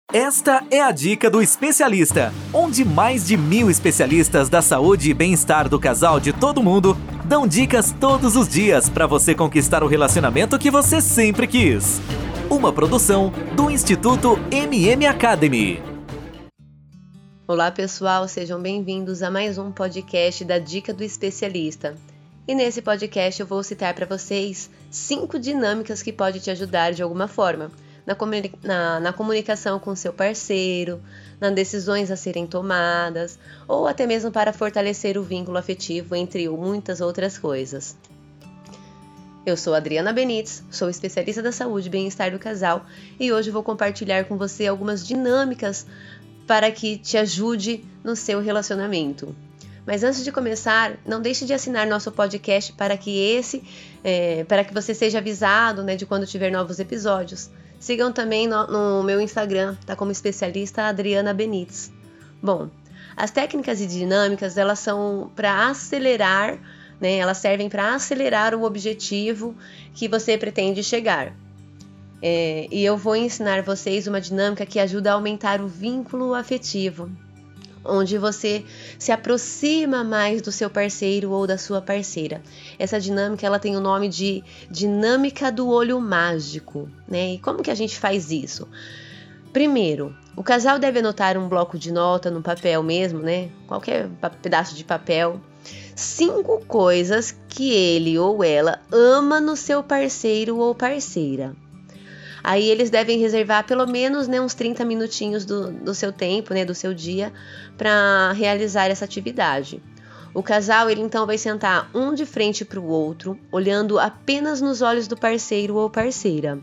Esta é a Dica do Especialista, onde mais de 1000 especialistas da saúde e bem-estar do casal de todo mundo dão dicas todos os dias para você conquistar o relacionamento que você sempre quis. Uma produção do Instituto MM Academy. Olá pessoal, sejam bem-vindos a mais um podcast da Dica do Especialista. E nesse podcast eu vou citar para vocês 5 dinâmicas que podem te ajudar de alguma forma na comunicação com seu parceiro, nas decisões a serem tomadas, ou até mesmo para fortalecer o vínculo afetivo, entre muitas outras coisas. Eu sou Adriana Benites, sou especialista da saúde e bem-estar do casal, e hoje vou compartilhar com você algumas dinâmicas para que te ajude no seu relacionamento. Mas antes de começar, não deixe de assinar nosso podcast para que você seja avisado, de quando tiver novos episódios. Sigam também no meu Instagram, tá como especialista Adriana Benites. Bom, as técnicas e dinâmicas, elas são para acelerar, elas servem para acelerar o objetivo que você pretende chegar. E eu vou ensinar vocês uma dinâmica que ajuda a aumentar o vínculo afetivo, onde você se aproxima mais do seu parceiro ou da sua parceira. Essa dinâmica, ela tem o nome de dinâmica do olho mágico, E como que a gente faz isso? Primeiro, o casal deve anotar um bloco de nota no papel mesmo, Qualquer pedaço de papel. 5 coisas que ele ou ela ama no seu parceiro ou parceira. Aí eles devem reservar pelo menos uns 30 minutinhos do seu tempo, do seu dia, para realizar essa atividade. O casal, ele então vai sentar um de frente para o outro, olhando apenas nos olhos do parceiro ou parceira.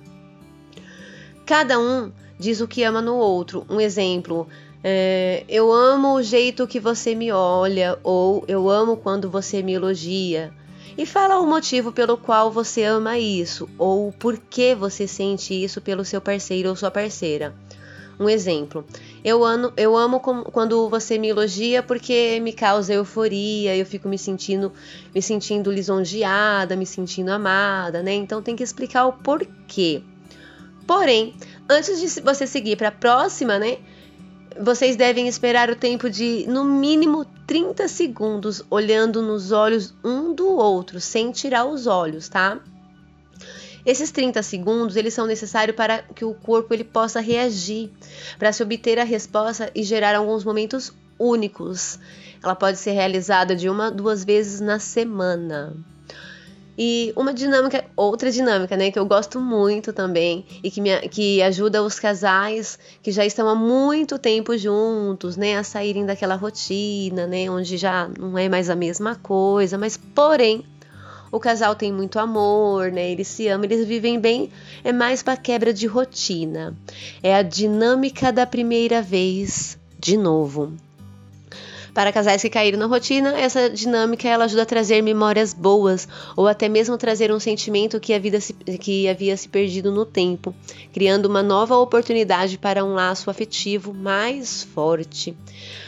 Cada um diz o que ama no outro. Um exemplo, eu amo o jeito que você me olha, ou eu amo quando você me elogia. E fala o motivo pelo qual você ama isso, ou por que você sente isso pelo seu parceiro ou sua parceira. Um exemplo, eu amo quando você me elogia porque me causa euforia, eu fico me sentindo lisonjeada, me sentindo amada, Então tem que explicar o porquê. Porém, antes de você seguir para a próxima, vocês devem esperar o tempo de, no mínimo, 30 segundos, olhando nos olhos um do outro, sem tirar os olhos, tá? Esses 30 segundos, eles são necessários para que o corpo ele possa reagir, para se obter a resposta e gerar alguns momentos únicos. Ela pode ser realizada de 1 a 2 vezes na semana. E outra dinâmica, que eu gosto muito também e que ajuda os casais que já estão há muito tempo juntos, a saírem daquela rotina, onde já não é mais a mesma coisa, mas porém o casal tem muito amor, eles se amam, eles vivem bem, é mais para quebra de rotina. É a dinâmica da primeira vez de novo. Para casais que caíram na rotina, essa dinâmica ela ajuda a trazer memórias boas ou até mesmo trazer um sentimento que havia se perdido no tempo, criando uma nova oportunidade para um laço afetivo mais forte.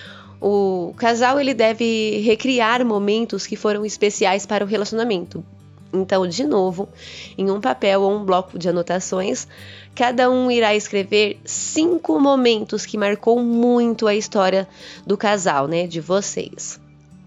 O casal ele deve recriar momentos que foram especiais para o relacionamento. Então, de novo, em um papel ou um bloco de anotações, cada um irá escrever 5 momentos que marcou muito a história do casal, de vocês.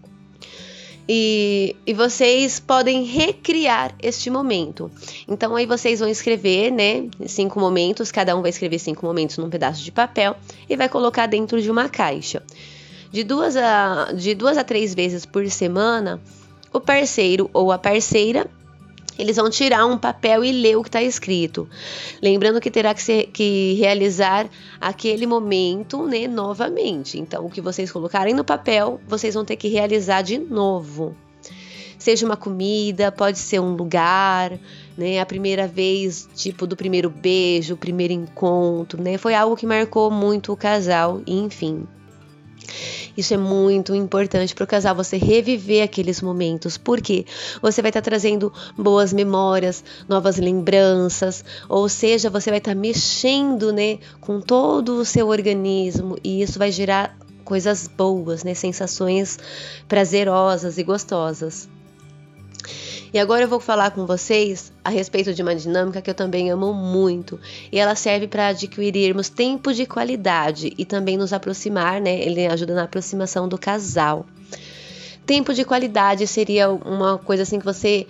E vocês podem recriar este momento. Então, aí vocês vão escrever, 5 momentos, cada um vai escrever 5 momentos num pedaço de papel e vai colocar dentro de uma caixa. De 2 a 3 vezes por semana, o parceiro ou a parceira, eles vão tirar um papel e ler o que está escrito. Lembrando que terá que realizar aquele momento, novamente. Então, o que vocês colocarem no papel, vocês vão ter que realizar de novo. Seja uma comida, pode ser um lugar, a primeira vez, tipo do primeiro beijo, o primeiro encontro, Foi algo que marcou muito o casal, enfim. Isso é muito importante para o casal, você reviver aqueles momentos, porque você vai estar trazendo boas memórias, novas lembranças, ou seja, você vai estar mexendo, com todo o seu organismo e isso vai gerar coisas boas, sensações prazerosas e gostosas. E agora eu vou falar com vocês a respeito de uma dinâmica que eu também amo muito. E ela serve para adquirirmos tempo de qualidade e também nos aproximar, né? Ele ajuda na aproximação do casal. Tempo de qualidade seria uma coisa assim que você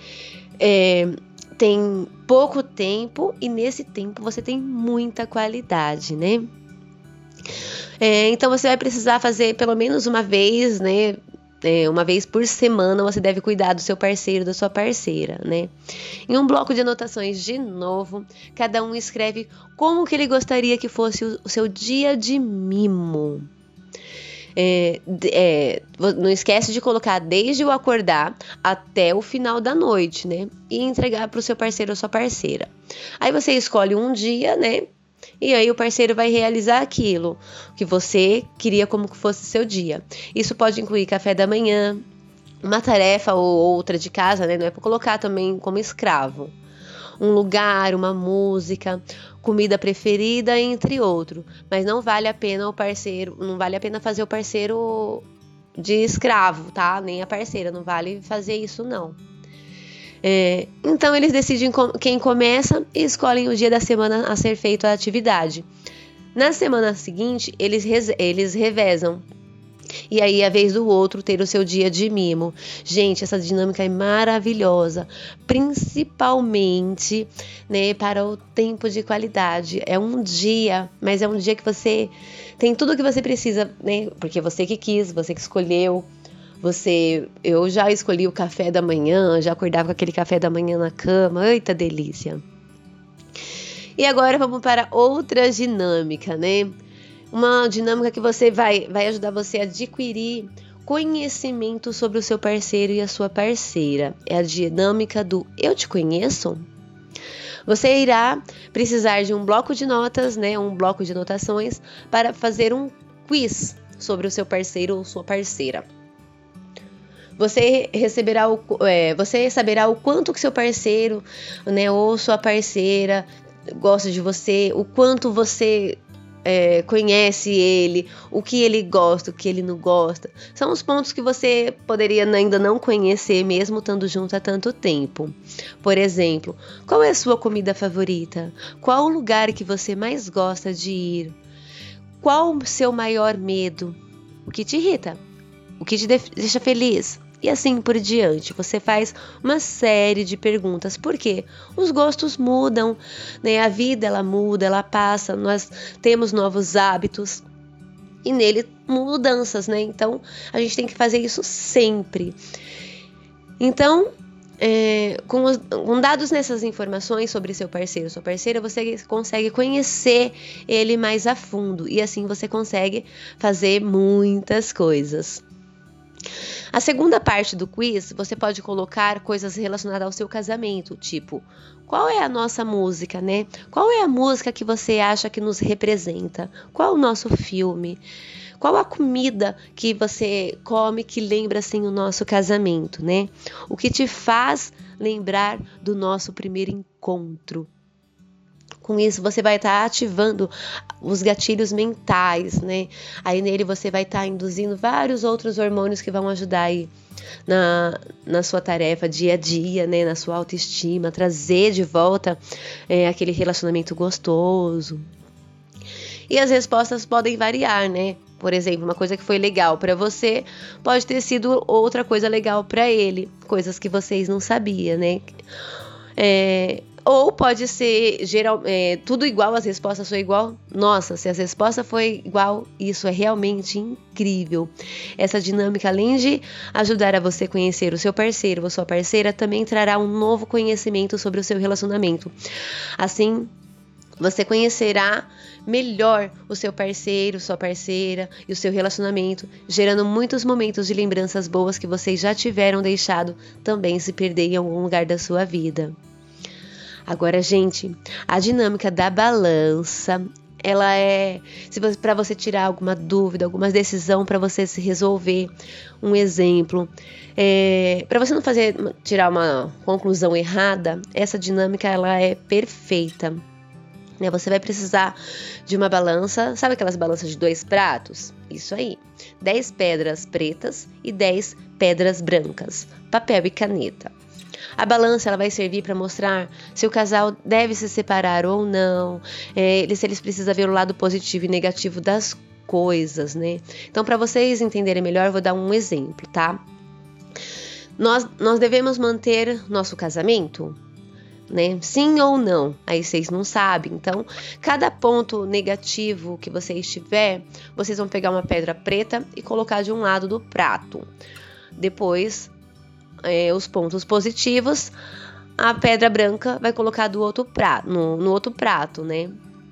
tem pouco tempo e nesse tempo você tem muita qualidade, né? Então você vai precisar fazer pelo menos uma vez, né? Uma vez por semana você deve cuidar do seu parceiro, da sua parceira, né? Em um bloco de anotações, de novo, cada um escreve como que ele gostaria que fosse o seu dia de mimo. Não esquece de colocar desde o acordar até o final da noite, né? E entregar para o seu parceiro ou sua parceira. Aí você escolhe um dia, né? E aí o parceiro vai realizar aquilo que você queria como que fosse seu dia. Isso pode incluir café da manhã, uma tarefa ou outra de casa, né? Não é para colocar também como escravo. Um lugar, uma música, comida preferida, entre outros. Mas não vale a pena fazer o parceiro de escravo, tá? Nem a parceira, não vale fazer isso não. Então eles decidem quem começa e escolhem o dia da semana a ser feita a atividade. Na semana seguinte, eles revezam. E aí é a vez do outro ter o seu dia de mimo. Gente, essa dinâmica é maravilhosa, principalmente, né, para o tempo de qualidade. É um dia, mas é um dia que você tem tudo o que você precisa, né? Porque você que quis, você que escolheu. Eu já escolhi o café da manhã, já acordava com aquele café da manhã na cama. Eita delícia! E agora vamos para outra dinâmica, né? Uma dinâmica que vai ajudar você a adquirir conhecimento sobre o seu parceiro e a sua parceira. É a dinâmica do eu te conheço? Você irá precisar de um bloco de notas, né? Um bloco de anotações para fazer um quiz sobre o seu parceiro ou sua parceira. Você saberá o quanto que seu parceiro, né, ou sua parceira gosta de você, o quanto você conhece ele, o que ele gosta, o que ele não gosta. São os pontos que você poderia ainda não conhecer, mesmo estando junto há tanto tempo. Por exemplo, qual é a sua comida favorita? Qual o lugar que você mais gosta de ir? Qual o seu maior medo? O que te irrita? O que te deixa feliz? E assim por diante. Você faz uma série de perguntas. Por quê? Os gostos mudam, né? A vida ela muda, ela passa. Nós temos novos hábitos e nele mudanças, né? Então a gente tem que fazer isso sempre. Então, com dados nessas informações sobre seu parceiro, sua parceira, você consegue conhecer ele mais a fundo e assim você consegue fazer muitas coisas. A segunda parte do quiz, você pode colocar coisas relacionadas ao seu casamento, tipo, qual é a nossa música, né? Qual é a música que você acha que nos representa? Qual é o nosso filme? Qual a comida que você come que lembra, assim, o nosso casamento, né? O que te faz lembrar do nosso primeiro encontro? Com isso, você vai estar ativando os gatilhos mentais, né? Aí nele você vai estar induzindo vários outros hormônios que vão ajudar aí na sua tarefa dia a dia, né? Na sua autoestima, trazer de volta aquele relacionamento gostoso. E as respostas podem variar, né? Por exemplo, uma coisa que foi legal para você pode ter sido outra coisa legal para ele. Coisas que vocês não sabiam, né? Ou pode ser tudo igual, as respostas são igual. Nossa, se as respostas foi igual, isso é realmente incrível. Essa dinâmica, além de ajudar a você conhecer o seu parceiro ou sua parceira, também trará um novo conhecimento sobre o seu relacionamento. Assim, você conhecerá melhor o seu parceiro, sua parceira e o seu relacionamento, gerando muitos momentos de lembranças boas que vocês já tiveram deixado também se perder em algum lugar da sua vida. Agora, gente, a dinâmica da balança, ela é para você tirar alguma dúvida, alguma decisão para você se resolver. Um exemplo, para você não tirar uma conclusão errada, essa dinâmica ela é perfeita. Você vai precisar de uma balança, sabe aquelas balanças de 2 pratos? Isso aí, 10 pedras pretas e 10 pedras brancas, papel e caneta. A balança ela vai servir para mostrar se o casal deve se separar ou não, se eles precisam ver o lado positivo e negativo das coisas, né? Então, para vocês entenderem melhor, eu vou dar um exemplo, tá? Nós devemos manter nosso casamento, né? Sim ou não? Aí vocês não sabem. Então, cada ponto negativo que vocês tiver, vocês vão pegar uma pedra preta e colocar de um lado do prato. Depois, os pontos positivos, a pedra branca vai colocar do outro prato, no outro prato, né?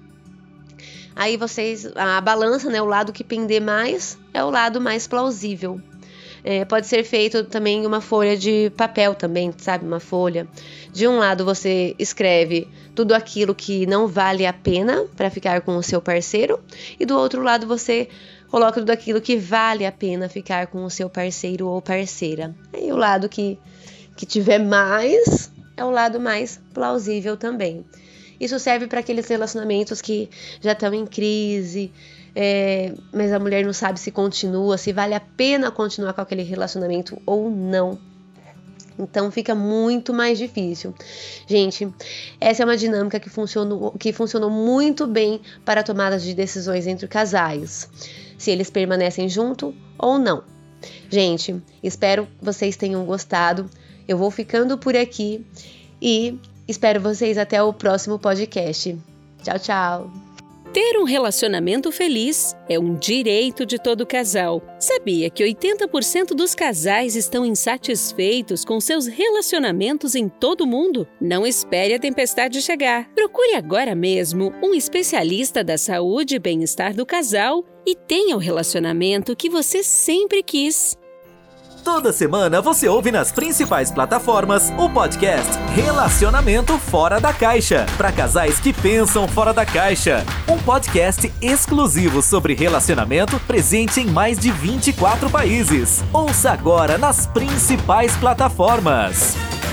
Aí a balança, né, o lado que pender mais é o lado mais plausível. Pode ser feito também uma folha de papel também, sabe? Uma folha. De um lado você escreve tudo aquilo que não vale a pena para ficar com o seu parceiro. E do outro lado você coloca tudo aquilo que vale a pena ficar com o seu parceiro ou parceira. Aí o lado que tiver mais é o lado mais plausível também. Isso serve para aqueles relacionamentos que já estão em crise, mas a mulher não sabe se continua, se vale a pena continuar com aquele relacionamento ou não. Então fica muito mais difícil. Gente, essa é uma dinâmica que funcionou muito bem para tomadas de decisões entre casais, se eles permanecem juntos ou não. Gente, espero que vocês tenham gostado. Eu vou ficando por aqui e espero vocês até o próximo podcast. Tchau, tchau! Ter um relacionamento feliz é um direito de todo casal. Sabia que 80% dos casais estão insatisfeitos com seus relacionamentos em todo o mundo? Não espere a tempestade chegar. Procure agora mesmo um especialista da saúde e bem-estar do casal e tenha o relacionamento que você sempre quis. Toda semana você ouve nas principais plataformas o podcast Relacionamento Fora da Caixa, para casais que pensam fora da caixa. Um podcast exclusivo sobre relacionamento presente em mais de 24 países. Ouça agora nas principais plataformas.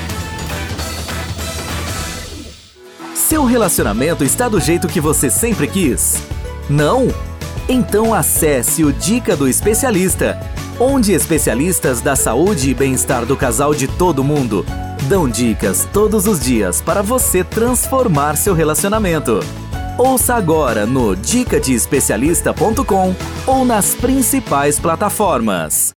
Seu relacionamento está do jeito que você sempre quis? Não? Então acesse o Dica do Especialista, onde especialistas da saúde e bem-estar do casal de todo mundo dão dicas todos os dias para você transformar seu relacionamento. Ouça agora no dicadeespecialista.com ou nas principais plataformas.